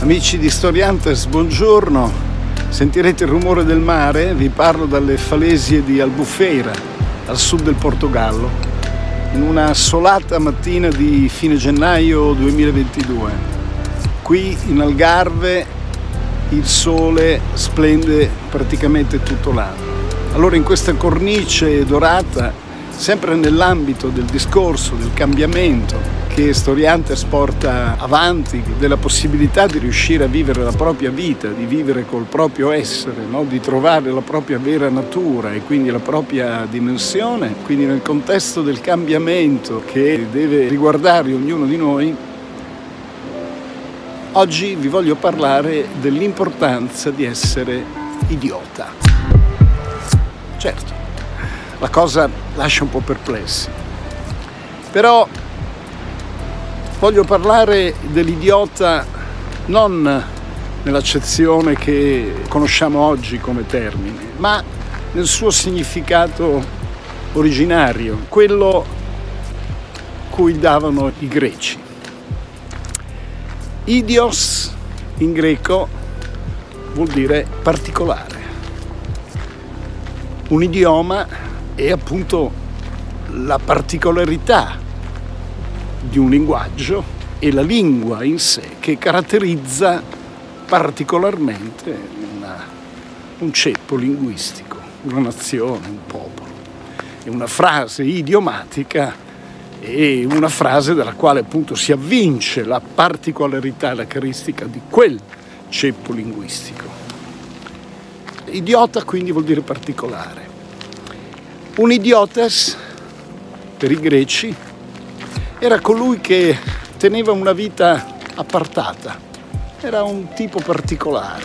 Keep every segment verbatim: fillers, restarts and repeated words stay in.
Amici di Storyhunters, buongiorno. Sentirete il rumore del mare, vi parlo dalle falesie di Albufeira, al sud del Portogallo, in una solata mattina di fine gennaio duemilaventidue. Qui in Algarve il sole splende praticamente tutto l'anno. Allora in questa cornice dorata, sempre nell'ambito del discorso del cambiamento che Storyhunters porta avanti, della possibilità di riuscire a vivere la propria vita, di vivere col proprio essere, no? Di trovare la propria vera natura e quindi la propria dimensione, quindi nel contesto del cambiamento che deve riguardare ognuno di noi, oggi vi voglio parlare dell'importanza di essere idiota. Certo, la cosa lascia un po' perplessi, però voglio parlare dell'idiota non nell'accezione che conosciamo oggi come termine, ma nel suo significato originario, quello cui davano i greci. Idios in greco vuol dire particolare. Un idioma è appunto la particolarità di un linguaggio e la lingua in sé che caratterizza particolarmente una, un ceppo linguistico, una nazione, un popolo. E una frase idiomatica è una frase dalla quale appunto si avvince la particolarità, la caratteristica di quel ceppo linguistico. Idiota quindi vuol dire particolare. Un idiotes per i greci era colui che teneva una vita appartata, era un tipo particolare,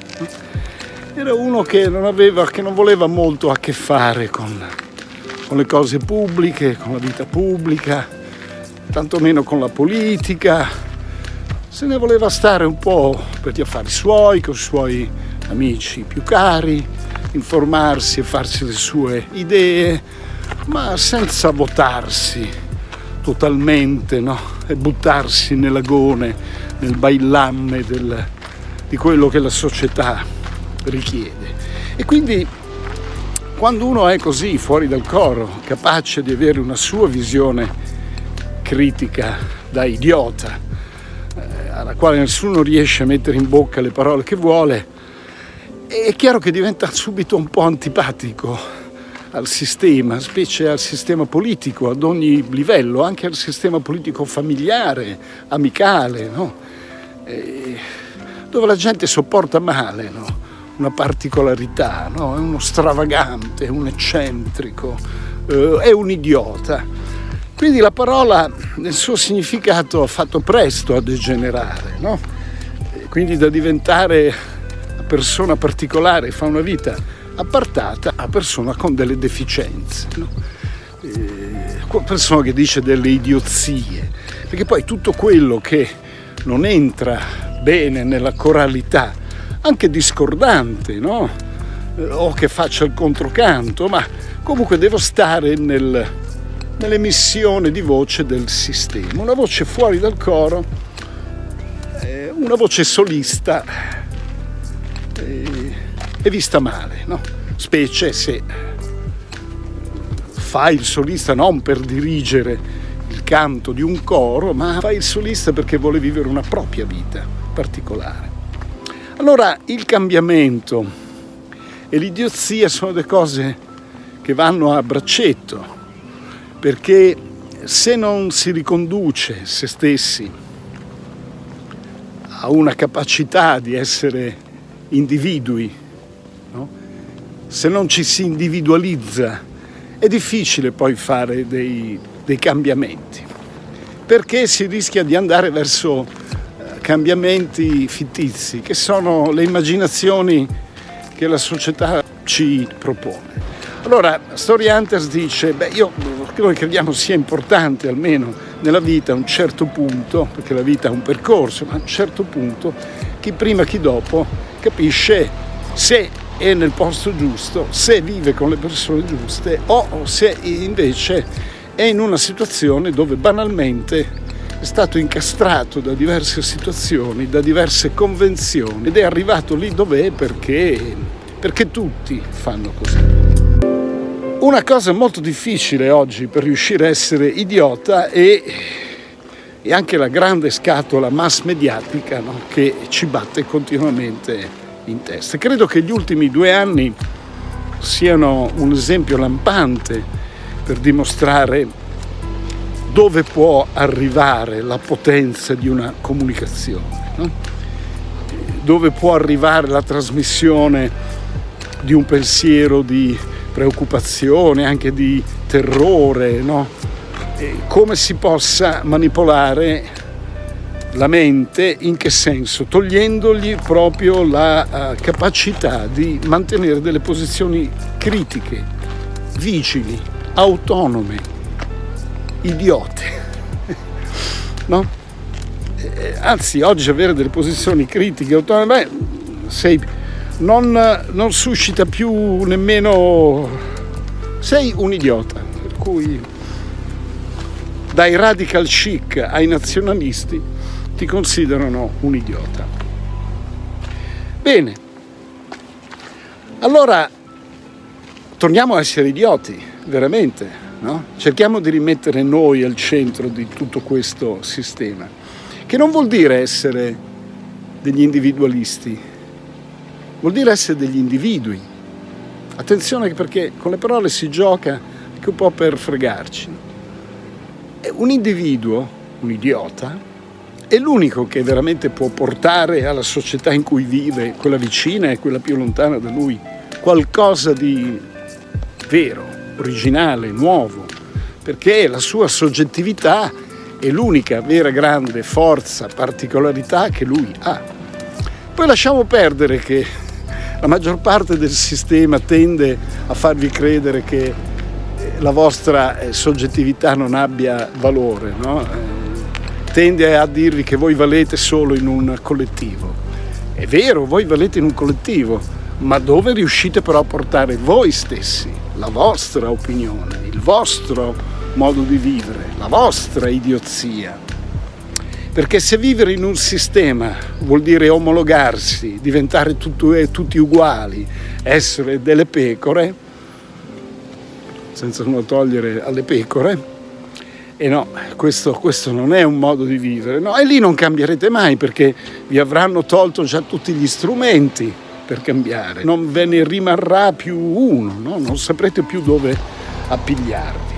era uno che non aveva, che non voleva molto a che fare con, con le cose pubbliche, con la vita pubblica, tantomeno con la politica, se ne voleva stare un po' per gli affari suoi, con i suoi amici più cari, informarsi e farsi le sue idee, ma senza votarsi totalmente, no? E buttarsi nell'agone, nel bailamme del, di quello che la società richiede. E quindi quando uno è così fuori dal coro, capace di avere una sua visione critica da idiota, eh, alla quale nessuno riesce a mettere in bocca le parole che vuole, è chiaro che diventa subito un po' antipatico al sistema, specie al sistema politico ad ogni livello, anche al sistema politico familiare, amicale, no? E dove la gente sopporta male, no? Una particolarità, no? È uno stravagante, un eccentrico, eh, è un idiota. Quindi la parola nel suo significato ha fatto presto a degenerare, no? E quindi da diventare una persona particolare, fa una vita appartata a persona con delle deficienze, no? Eh, persona che dice delle idiozie, perché poi tutto quello che non entra bene nella coralità, anche discordante, no? Eh, o che faccia il controcanto, ma comunque devo stare nel, nell'emissione di voce del sistema, una voce fuori dal coro, eh, una voce solista, eh, è vista male, no? Specie se fai il solista non per dirigere il canto di un coro, ma fai il solista perché vuole vivere una propria vita particolare. Allora il cambiamento e l'idiozia sono delle cose che vanno a braccetto, perché se non si riconduce se stessi a una capacità di essere individui, se non ci si individualizza, è difficile poi fare dei, dei cambiamenti, perché si rischia di andare verso eh, cambiamenti fittizi, che sono le immaginazioni che la società ci propone. Allora, Storyhunters dice, beh, io, noi crediamo sia importante almeno nella vita a un certo punto, perché la vita è un percorso, ma a un certo punto, chi prima chi dopo capisce se è nel posto giusto, se vive con le persone giuste o se invece è in una situazione dove banalmente è stato incastrato da diverse situazioni, da diverse convenzioni ed è arrivato lì dov'è perché, perché tutti fanno così. Una cosa molto difficile oggi per riuscire a essere idiota è, è anche la grande scatola mass mediatica, no? Che ci batte continuamente in testa. Credo che gli ultimi due anni siano un esempio lampante per dimostrare dove può arrivare la potenza di una comunicazione, no? Dove può arrivare la trasmissione di un pensiero di preoccupazione, anche di terrore, no? E come si possa manipolare la mente, in che senso? Togliendogli proprio la uh, capacità di mantenere delle posizioni critiche, vigili, autonome, idiote, no? Eh, anzi, oggi avere delle posizioni critiche, autonome, beh, sei, non, non suscita più nemmeno, sei un idiota, per cui dai radical chic ai nazionalisti ti considerano un idiota. Bene, allora torniamo a essere idioti, veramente. No? Cerchiamo di rimettere noi al centro di tutto questo sistema, che non vuol dire essere degli individualisti, vuol dire essere degli individui. Attenzione, perché con le parole si gioca anche un po' per fregarci. Un individuo, un idiota, è l'unico che veramente può portare alla società in cui vive, quella vicina e quella più lontana da lui, qualcosa di vero, originale, nuovo, perché la sua soggettività è l'unica vera grande forza, particolarità che lui ha. Poi lasciamo perdere che la maggior parte del sistema tende a farvi credere che la vostra soggettività non abbia valore, no? Tende a dirvi che voi valete solo in un collettivo. È vero, voi valete in un collettivo, ma dove riuscite però a portare voi stessi, la vostra opinione, il vostro modo di vivere, la vostra idiozia. Perché se vivere in un sistema vuol dire omologarsi, diventare tutto, tutti uguali, essere delle pecore, senza nulla togliere alle pecore, e no, questo, questo non è un modo di vivere, no, e lì non cambierete mai perché vi avranno tolto già tutti gli strumenti per cambiare, non ve ne rimarrà più uno, no? Non saprete più dove appigliarvi.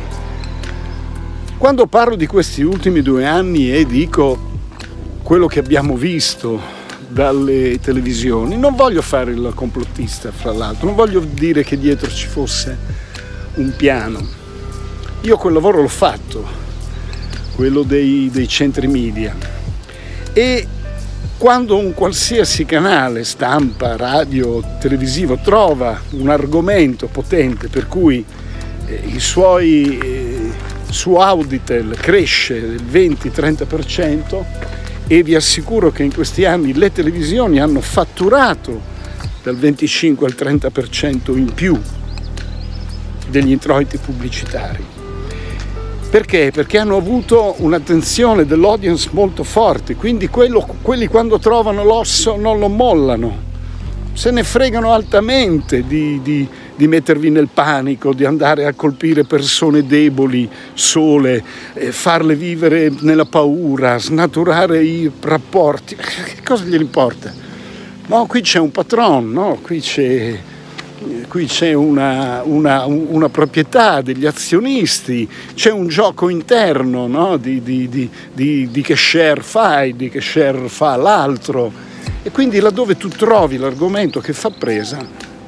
Quando parlo di questi ultimi due anni e dico quello che abbiamo visto dalle televisioni, non voglio fare il complottista, fra l'altro, non voglio dire che dietro ci fosse un piano. Io quel lavoro l'ho fatto, quello dei, dei centri media, e quando un qualsiasi canale, stampa, radio, televisivo, trova un argomento potente per cui eh, i suoi, eh, suo Auditel cresce del venti trenta per cento, e vi assicuro che in questi anni le televisioni hanno fatturato dal venticinque al trenta per cento in più degli introiti pubblicitari. Perché? Perché hanno avuto un'attenzione dell'audience molto forte, quindi quello, quelli quando trovano l'osso non lo mollano, se ne fregano altamente di, di, di mettervi nel panico, di andare a colpire persone deboli, sole, eh, farle vivere nella paura, snaturare i rapporti. Che cosa gliene importa? No, qui c'è un patron, no? Qui c'è... Qui c'è una, una, una proprietà degli azionisti, c'è un gioco interno, no? di, di, di, di, di che share fai, di che share fa l'altro, e quindi laddove tu trovi l'argomento che fa presa,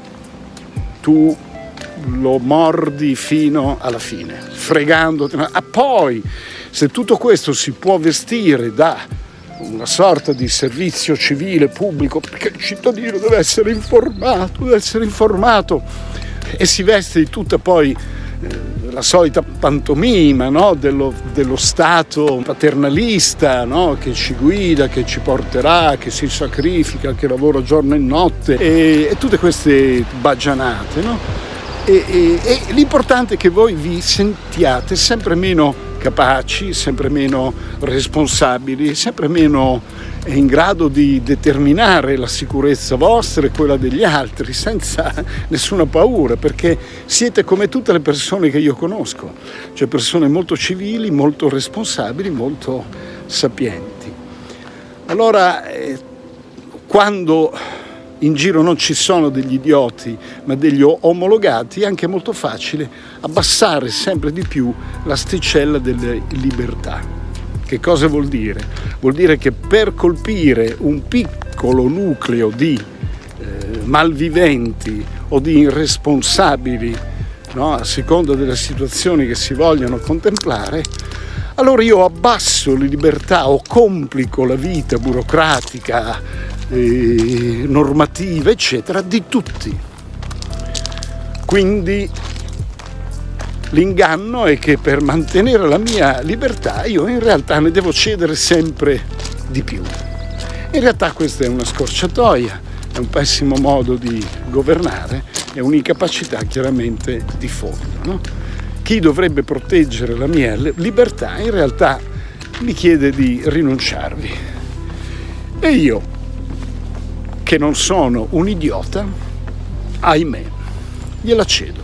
tu lo mordi fino alla fine, fregandoti. Ah, poi, se tutto questo si può vestire da una sorta di servizio civile pubblico, perché il cittadino deve essere informato, deve essere informato, e si veste di tutta poi eh, la solita pantomima, no? dello, dello Stato paternalista, no? Che ci guida, che ci porterà, che si sacrifica, che lavora giorno e notte, e, e tutte queste baggianate, no? E, e, e l'importante è che voi vi sentiate sempre meno capaci, sempre meno responsabili, sempre meno in grado di determinare la sicurezza vostra e quella degli altri senza nessuna paura, perché siete come tutte le persone che io conosco, cioè persone molto civili, molto responsabili, molto sapienti. Allora, eh, quando in giro non ci sono degli idioti, ma degli omologati, è anche molto facile abbassare sempre di più l'asticella delle libertà. Che cosa vuol dire? Vuol dire che per colpire un piccolo nucleo di eh, malviventi o di irresponsabili, no, a seconda delle situazioni che si vogliono contemplare, allora io abbasso le libertà o complico la vita burocratica, Eh, normativa, eccetera, di tutti. Quindi l'inganno è che per mantenere la mia libertà io in realtà ne devo cedere sempre di più. In realtà questa è una scorciatoia, è un pessimo modo di governare, è un'incapacità chiaramente di fondo, no? Chi dovrebbe proteggere la mia libertà in realtà mi chiede di rinunciarvi. E io, che non sono un idiota, ahimè, gliela cedo.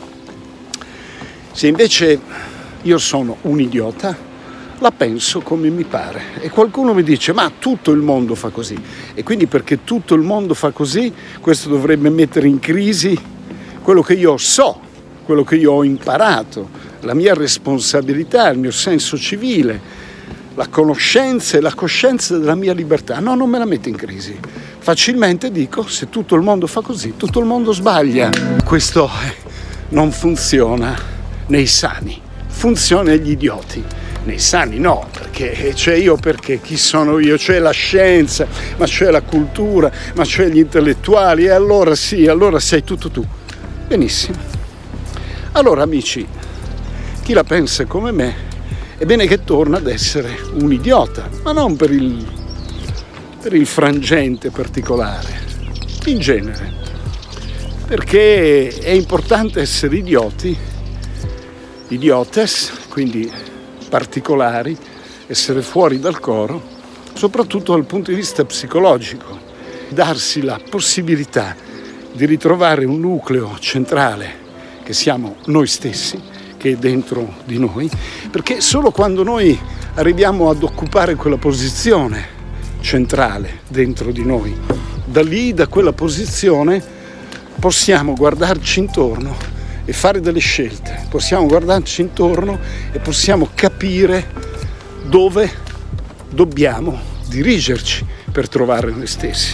Se invece io sono un idiota, la penso come mi pare. E qualcuno mi dice, ma tutto il mondo fa così. E quindi perché tutto il mondo fa così, questo dovrebbe mettere in crisi quello che io so, quello che io ho imparato, la mia responsabilità, il mio senso civile, la conoscenza e la coscienza della mia libertà. No, non me la mette in crisi. Facilmente dico, se tutto il mondo fa così, tutto il mondo sbaglia. Questo non funziona nei sani, funziona negli idioti. Nei sani no, perché cioè io perché chi sono io? C'è la scienza, ma c'è la cultura, ma c'è gli intellettuali, e allora sì, allora sei tutto tu. Benissimo. Allora amici, chi la pensa come me, è bene che torna ad essere un idiota, ma non per il, per il frangente particolare, in genere, perché è importante essere idioti, idiotes, quindi particolari, essere fuori dal coro, soprattutto dal punto di vista psicologico, darsi la possibilità di ritrovare un nucleo centrale che siamo noi stessi, che è dentro di noi, perché solo quando noi arriviamo ad occupare quella posizione centrale dentro di noi, da lì, da quella posizione, possiamo guardarci intorno e fare delle scelte, possiamo guardarci intorno e possiamo capire dove dobbiamo dirigerci per trovare noi stessi.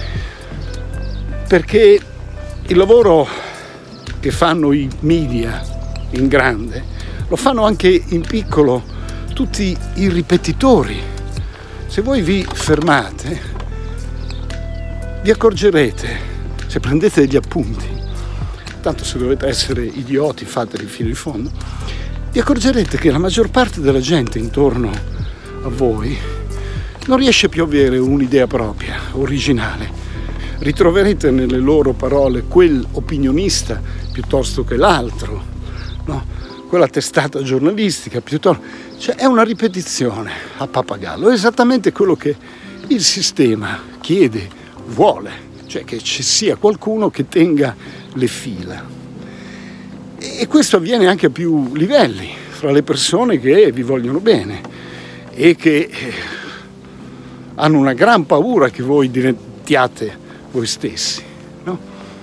Perché il lavoro che fanno i media in grande, lo fanno anche in piccolo tutti i ripetitori. Se voi vi fermate, vi accorgerete, se prendete degli appunti, tanto se dovete essere idioti fateli fino in fondo, vi accorgerete che la maggior parte della gente intorno a voi non riesce più a avere un'idea propria, originale. Ritroverete nelle loro parole quel opinionista piuttosto che l'altro, no? Quella testata giornalistica piuttosto, cioè è una ripetizione a pappagallo, è esattamente quello che il sistema chiede, vuole, cioè che ci sia qualcuno che tenga le fila. E questo avviene anche a più livelli, fra le persone che vi vogliono bene e che hanno una gran paura che voi diventiate voi stessi, no?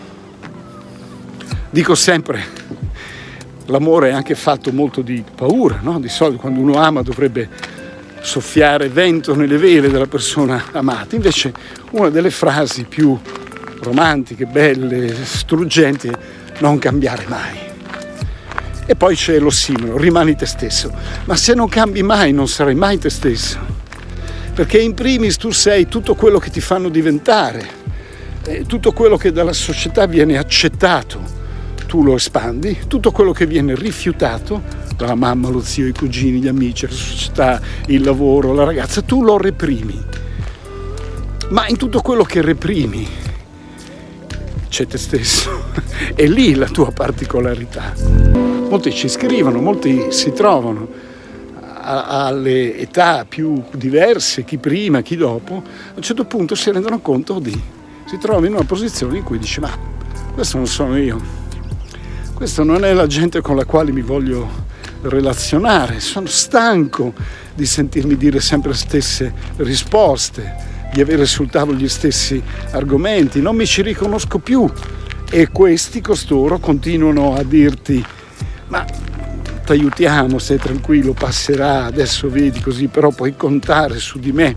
Dico sempre, l'amore è anche fatto molto di paura, no? Di solito quando uno ama dovrebbe soffiare vento nelle vele della persona amata. Invece una delle frasi più romantiche, belle, struggenti è non cambiare mai. E poi c'è l'ossimoro, rimani te stesso. Ma se non cambi mai non sarai mai te stesso. Perché in primis tu sei tutto quello che ti fanno diventare, eh, tutto quello che dalla società viene accettato. Tu lo espandi, tutto quello che viene rifiutato dalla mamma, lo zio, i cugini, gli amici, la società, il lavoro, la ragazza, tu lo reprimi. Ma in tutto quello che reprimi c'è te stesso, è lì la tua particolarità. Molti ci scrivono, molti si trovano, alle età più diverse, chi prima, chi dopo, a un certo punto si rendono conto di, si trovano in una posizione in cui dice: ma questo non sono io, questo non è la gente con la quale mi voglio relazionare, sono stanco di sentirmi dire sempre le stesse risposte, di avere sul tavolo gli stessi argomenti, non mi ci riconosco più. E questi, costoro, continuano a dirti: ma ti aiutiamo, stai tranquillo, passerà, adesso vedi così, però puoi contare su di me.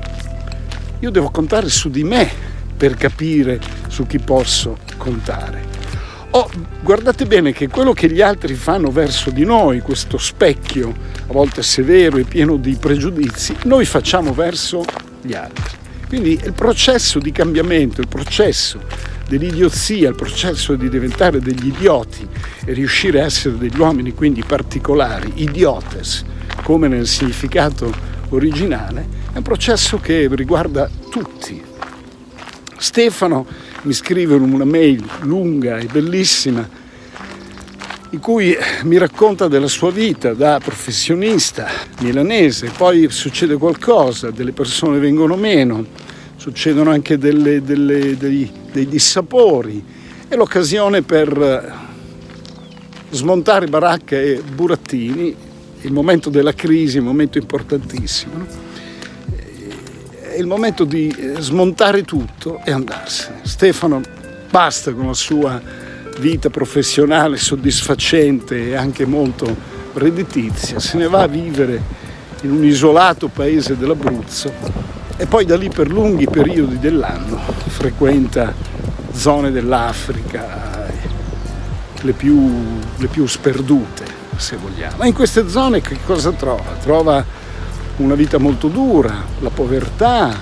Io devo contare su di me per capire su chi posso contare. Oh, guardate bene che quello che gli altri fanno verso di noi, questo specchio a volte severo e pieno di pregiudizi, noi facciamo verso gli altri. Quindi il processo di cambiamento, il processo dell'idiozia, il processo di diventare degli idioti e riuscire a essere degli uomini quindi particolari, idiotes, come nel significato originale, è un processo che riguarda tutti. Stefano mi scrive una mail lunga e bellissima in cui mi racconta della sua vita da professionista milanese. Poi succede qualcosa, delle persone vengono meno, succedono anche delle, delle, dei, dei dissapori, è l'occasione per smontare baracca e burattini, il momento della crisi, il momento importantissimo, no? È il momento di smontare tutto e andarsene. Stefano basta con la sua vita professionale soddisfacente e anche molto redditizia, se ne va a vivere in un isolato paese dell'Abruzzo e poi da lì per lunghi periodi dell'anno frequenta zone dell'Africa, le più, le più sperdute, se vogliamo. Ma in queste zone che cosa trova? Trova una vita molto dura, la povertà,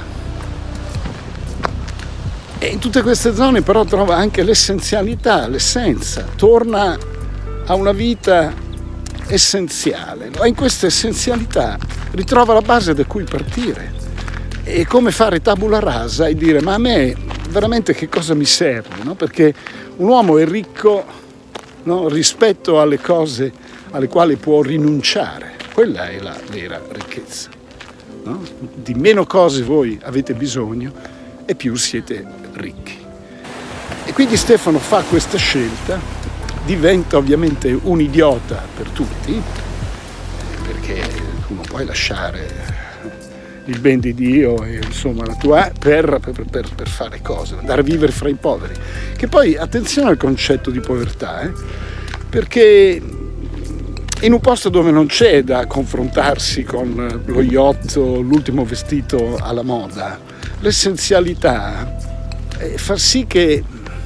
e in tutte queste zone però trova anche l'essenzialità, l'essenza, torna a una vita essenziale, e in questa essenzialità ritrova la base da cui partire. È come fare tabula rasa e dire: ma a me veramente che cosa mi serve? No? Perché un uomo è ricco, no? rispetto alle cose alle quali può rinunciare. Quella è la vera ricchezza, no? Di meno cose voi avete bisogno e più siete ricchi. E quindi Stefano fa questa scelta, diventa ovviamente un idiota per tutti, perché tu non puoi lasciare il ben di Dio e insomma la tua per, per, per, per fare cose, andare a vivere fra i poveri. Che poi attenzione al concetto di povertà, eh? Perché in un posto dove non c'è da confrontarsi con lo yacht, l'ultimo vestito alla moda, l'essenzialità è far sì che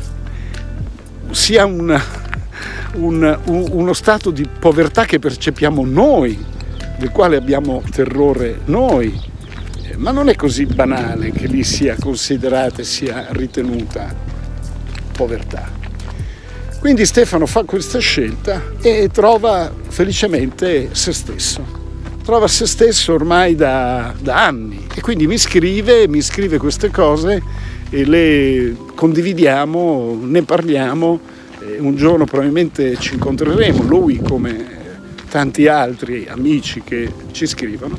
sia un, un, un, uno stato di povertà che percepiamo noi, del quale abbiamo terrore noi, ma non è così banale che lì sia considerata e sia ritenuta povertà. Quindi Stefano fa questa scelta e trova felicemente se stesso, trova se stesso ormai da, da anni, e quindi mi scrive, mi scrive queste cose e le condividiamo, ne parliamo, e un giorno probabilmente ci incontreremo, lui come tanti altri amici che ci scrivono,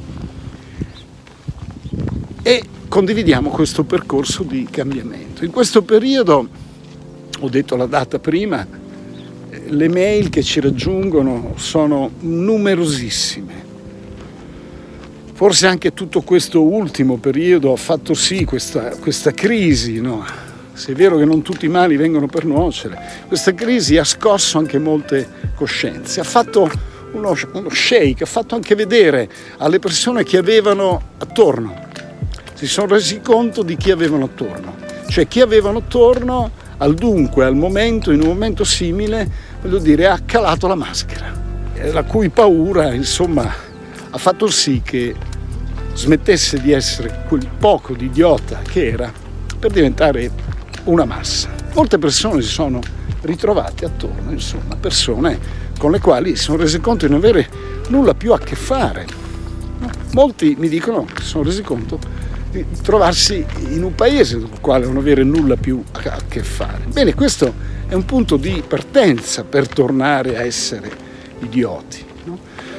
e condividiamo questo percorso di cambiamento. In questo periodo, ho detto la data prima, le mail che ci raggiungono sono numerosissime. Forse anche tutto questo ultimo periodo ha fatto sì questa, questa crisi, no? Se è vero che non tutti i mali vengono per nuocere, questa crisi ha scosso anche molte coscienze, ha fatto uno, uno shake, ha fatto anche vedere alle persone che avevano attorno, si sono resi conto di chi avevano attorno, cioè chi avevano attorno al dunque, al momento, in un momento simile, voglio dire, ha calato la maschera, la cui paura, insomma, ha fatto sì che smettesse di essere quel poco di idiota che era per diventare una massa. Molte persone si sono ritrovate attorno, insomma, persone con le quali si sono rese conto di non avere nulla più a che fare. Molti mi dicono che si sono resi conto di trovarsi in un paese con il quale non avere nulla più a che fare. Bene, questo è un punto di partenza per tornare a essere idioti, no?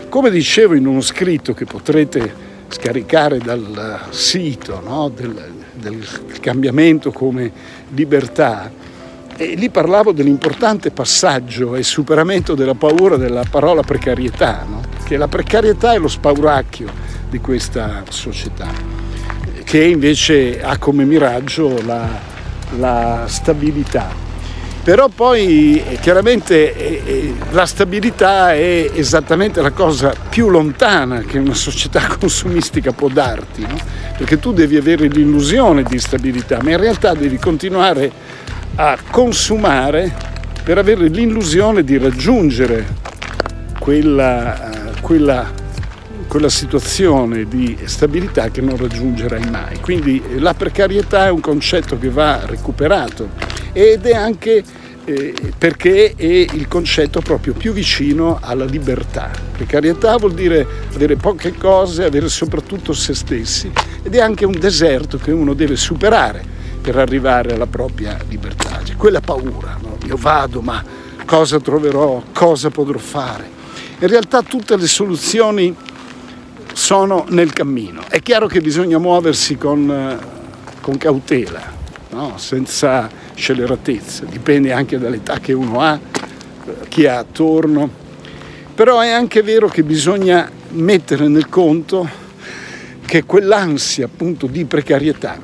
Come dicevo in uno scritto che potrete scaricare dal sito, no? del, del cambiamento come libertà, e lì parlavo dell'importante passaggio e superamento della paura della parola precarietà, no? Che la precarietà è lo spauracchio di questa società, che invece ha come miraggio la, la stabilità. Però poi chiaramente eh, la stabilità è esattamente la cosa più lontana che una società consumistica può darti, no? Perché tu devi avere l'illusione di stabilità, ma in realtà devi continuare a consumare per avere l'illusione di raggiungere quella, uh, quella, quella situazione di stabilità che non raggiungerai mai. Quindi la precarietà è un concetto che va recuperato, ed è anche eh, perché è il concetto proprio più vicino alla libertà. Precarietà vuol dire avere poche cose, avere soprattutto se stessi, ed è anche un deserto che uno deve superare per arrivare alla propria libertà. C'è quella paura, no? Io vado, ma cosa troverò, cosa potrò fare? In realtà tutte le soluzioni sono nel cammino. È chiaro che bisogna muoversi con, con cautela, no? Senza scelleratezza, dipende anche dall'età che uno ha, chi ha attorno, però è anche vero che bisogna mettere nel conto che quell'ansia appunto di precarietà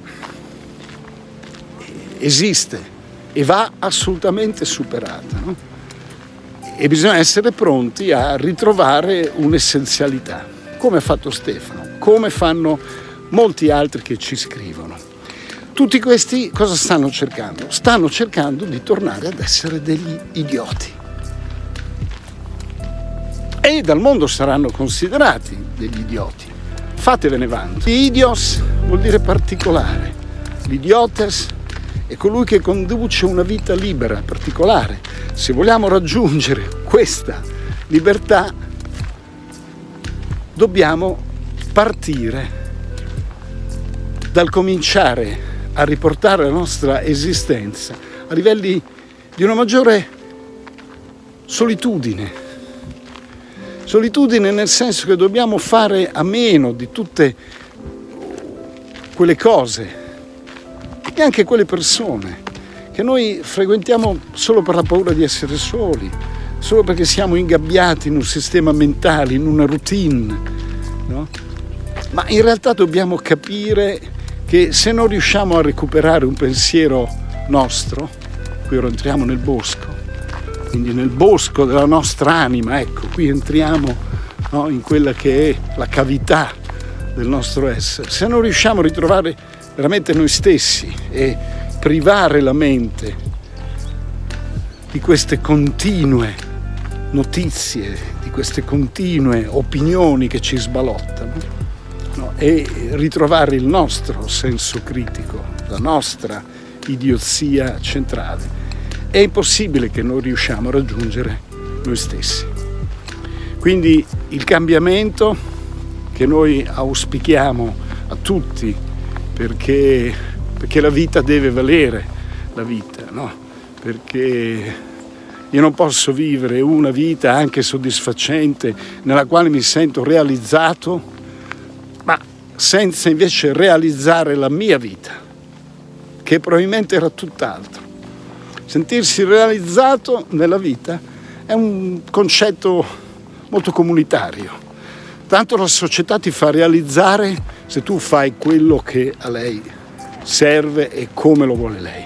esiste e va assolutamente superata, no? E bisogna essere pronti a ritrovare un'essenzialità, come ha fatto Stefano, come fanno molti altri che ci scrivono. Tutti questi cosa stanno cercando? Stanno cercando di tornare ad essere degli idioti. E dal mondo saranno considerati degli idioti. Fatevene vanto. Idios vuol dire particolare. L'idiotes è colui che conduce una vita libera, particolare. Se vogliamo raggiungere questa libertà, dobbiamo partire dal cominciare a riportare la nostra esistenza a livelli di una maggiore solitudine. Solitudine nel senso che dobbiamo fare a meno di tutte quelle cose e anche quelle persone che noi frequentiamo solo per la paura di essere soli, solo perché siamo ingabbiati in un sistema mentale, in una routine, no? Ma in realtà dobbiamo capire che se non riusciamo a recuperare un pensiero nostro, qui ora entriamo nel bosco, quindi nel bosco della nostra anima, ecco, qui entriamo, no, in quella che è la cavità del nostro essere. Se non riusciamo a ritrovare veramente noi stessi e privare la mente di queste continue notizie, di queste continue opinioni che ci sbalottano, no, e ritrovare il nostro senso critico, la nostra idiozia centrale, è impossibile che non riusciamo a raggiungere noi stessi. Quindi il cambiamento che noi auspichiamo a tutti, perché, perché la vita deve valere la vita, no? Perché io non posso vivere una vita anche soddisfacente nella quale mi sento realizzato, ma senza invece realizzare la mia vita, che probabilmente era tutt'altro. Sentirsi realizzato nella vita è un concetto molto comunitario. Tanto la società ti fa realizzare se tu fai quello che a lei serve e come lo vuole lei.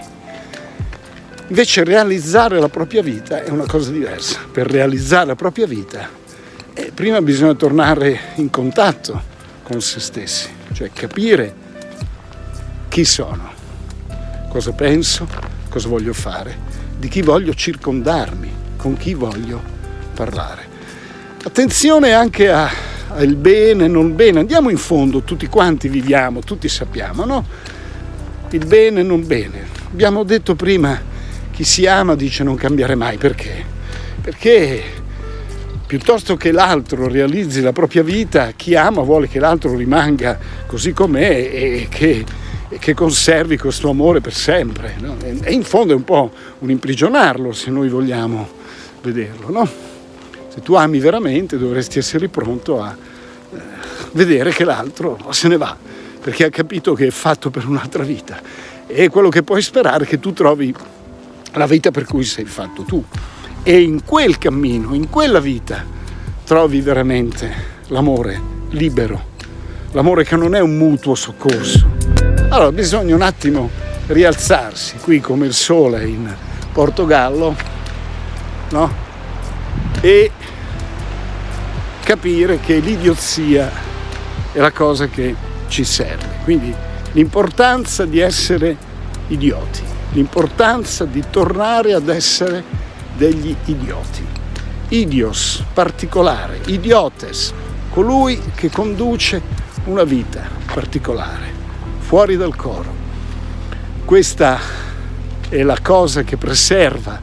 Invece realizzare la propria vita è una cosa diversa. Per realizzare la propria vita eh, prima bisogna tornare in contatto con se stessi, cioè capire chi sono, cosa penso, cosa voglio fare, di chi voglio circondarmi, con chi voglio parlare. Attenzione anche a, al bene e non bene. Andiamo in fondo, tutti quanti viviamo, tutti sappiamo, no? Il bene e non bene. Abbiamo detto prima, chi si ama dice non cambiare mai. Perché? Perché piuttosto che l'altro realizzi la propria vita, chi ama vuole che l'altro rimanga così com'è e che, e che conservi questo amore per sempre, no? E in fondo è un po' un imprigionarlo, se noi vogliamo vederlo, no? Se tu ami veramente dovresti essere pronto a eh, vedere che l'altro se ne va, perché ha capito che è fatto per un'altra vita, e quello che puoi sperare è che tu trovi la vita per cui sei fatto tu, e in quel cammino, in quella vita trovi veramente l'amore libero, l'amore che non è un mutuo soccorso. Allora bisogna un attimo rialzarsi qui come il sole in Portogallo, no? E capire che l'idiozia è la cosa che ci serve. Quindi l'importanza di essere idioti, l'importanza di tornare ad essere degli idioti. Idios, particolare, idiotes, colui che conduce una vita particolare, fuori dal coro. Questa è la cosa che preserva,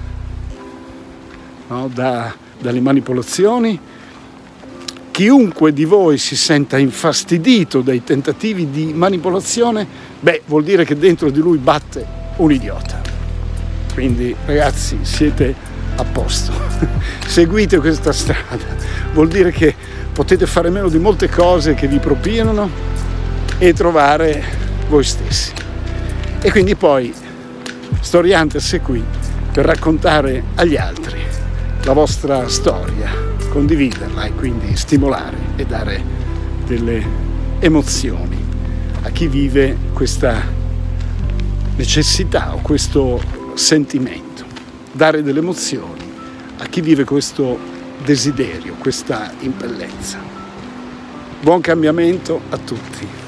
no, da, dalle manipolazioni. Chiunque di voi si senta infastidito dai tentativi di manipolazione, beh, vuol dire che dentro di lui batte un idiota. Quindi, ragazzi, siete a posto. Seguite questa strada. Vuol dire che potete fare meno di molte cose che vi propinano e trovare voi stessi. E quindi poi Storiantes è qui per raccontare agli altri la vostra storia, condividerla e quindi stimolare e dare delle emozioni a chi vive questa necessità o questo sentimento, dare delle emozioni a chi vive questo desiderio, questa impellenza. Buon cambiamento a tutti.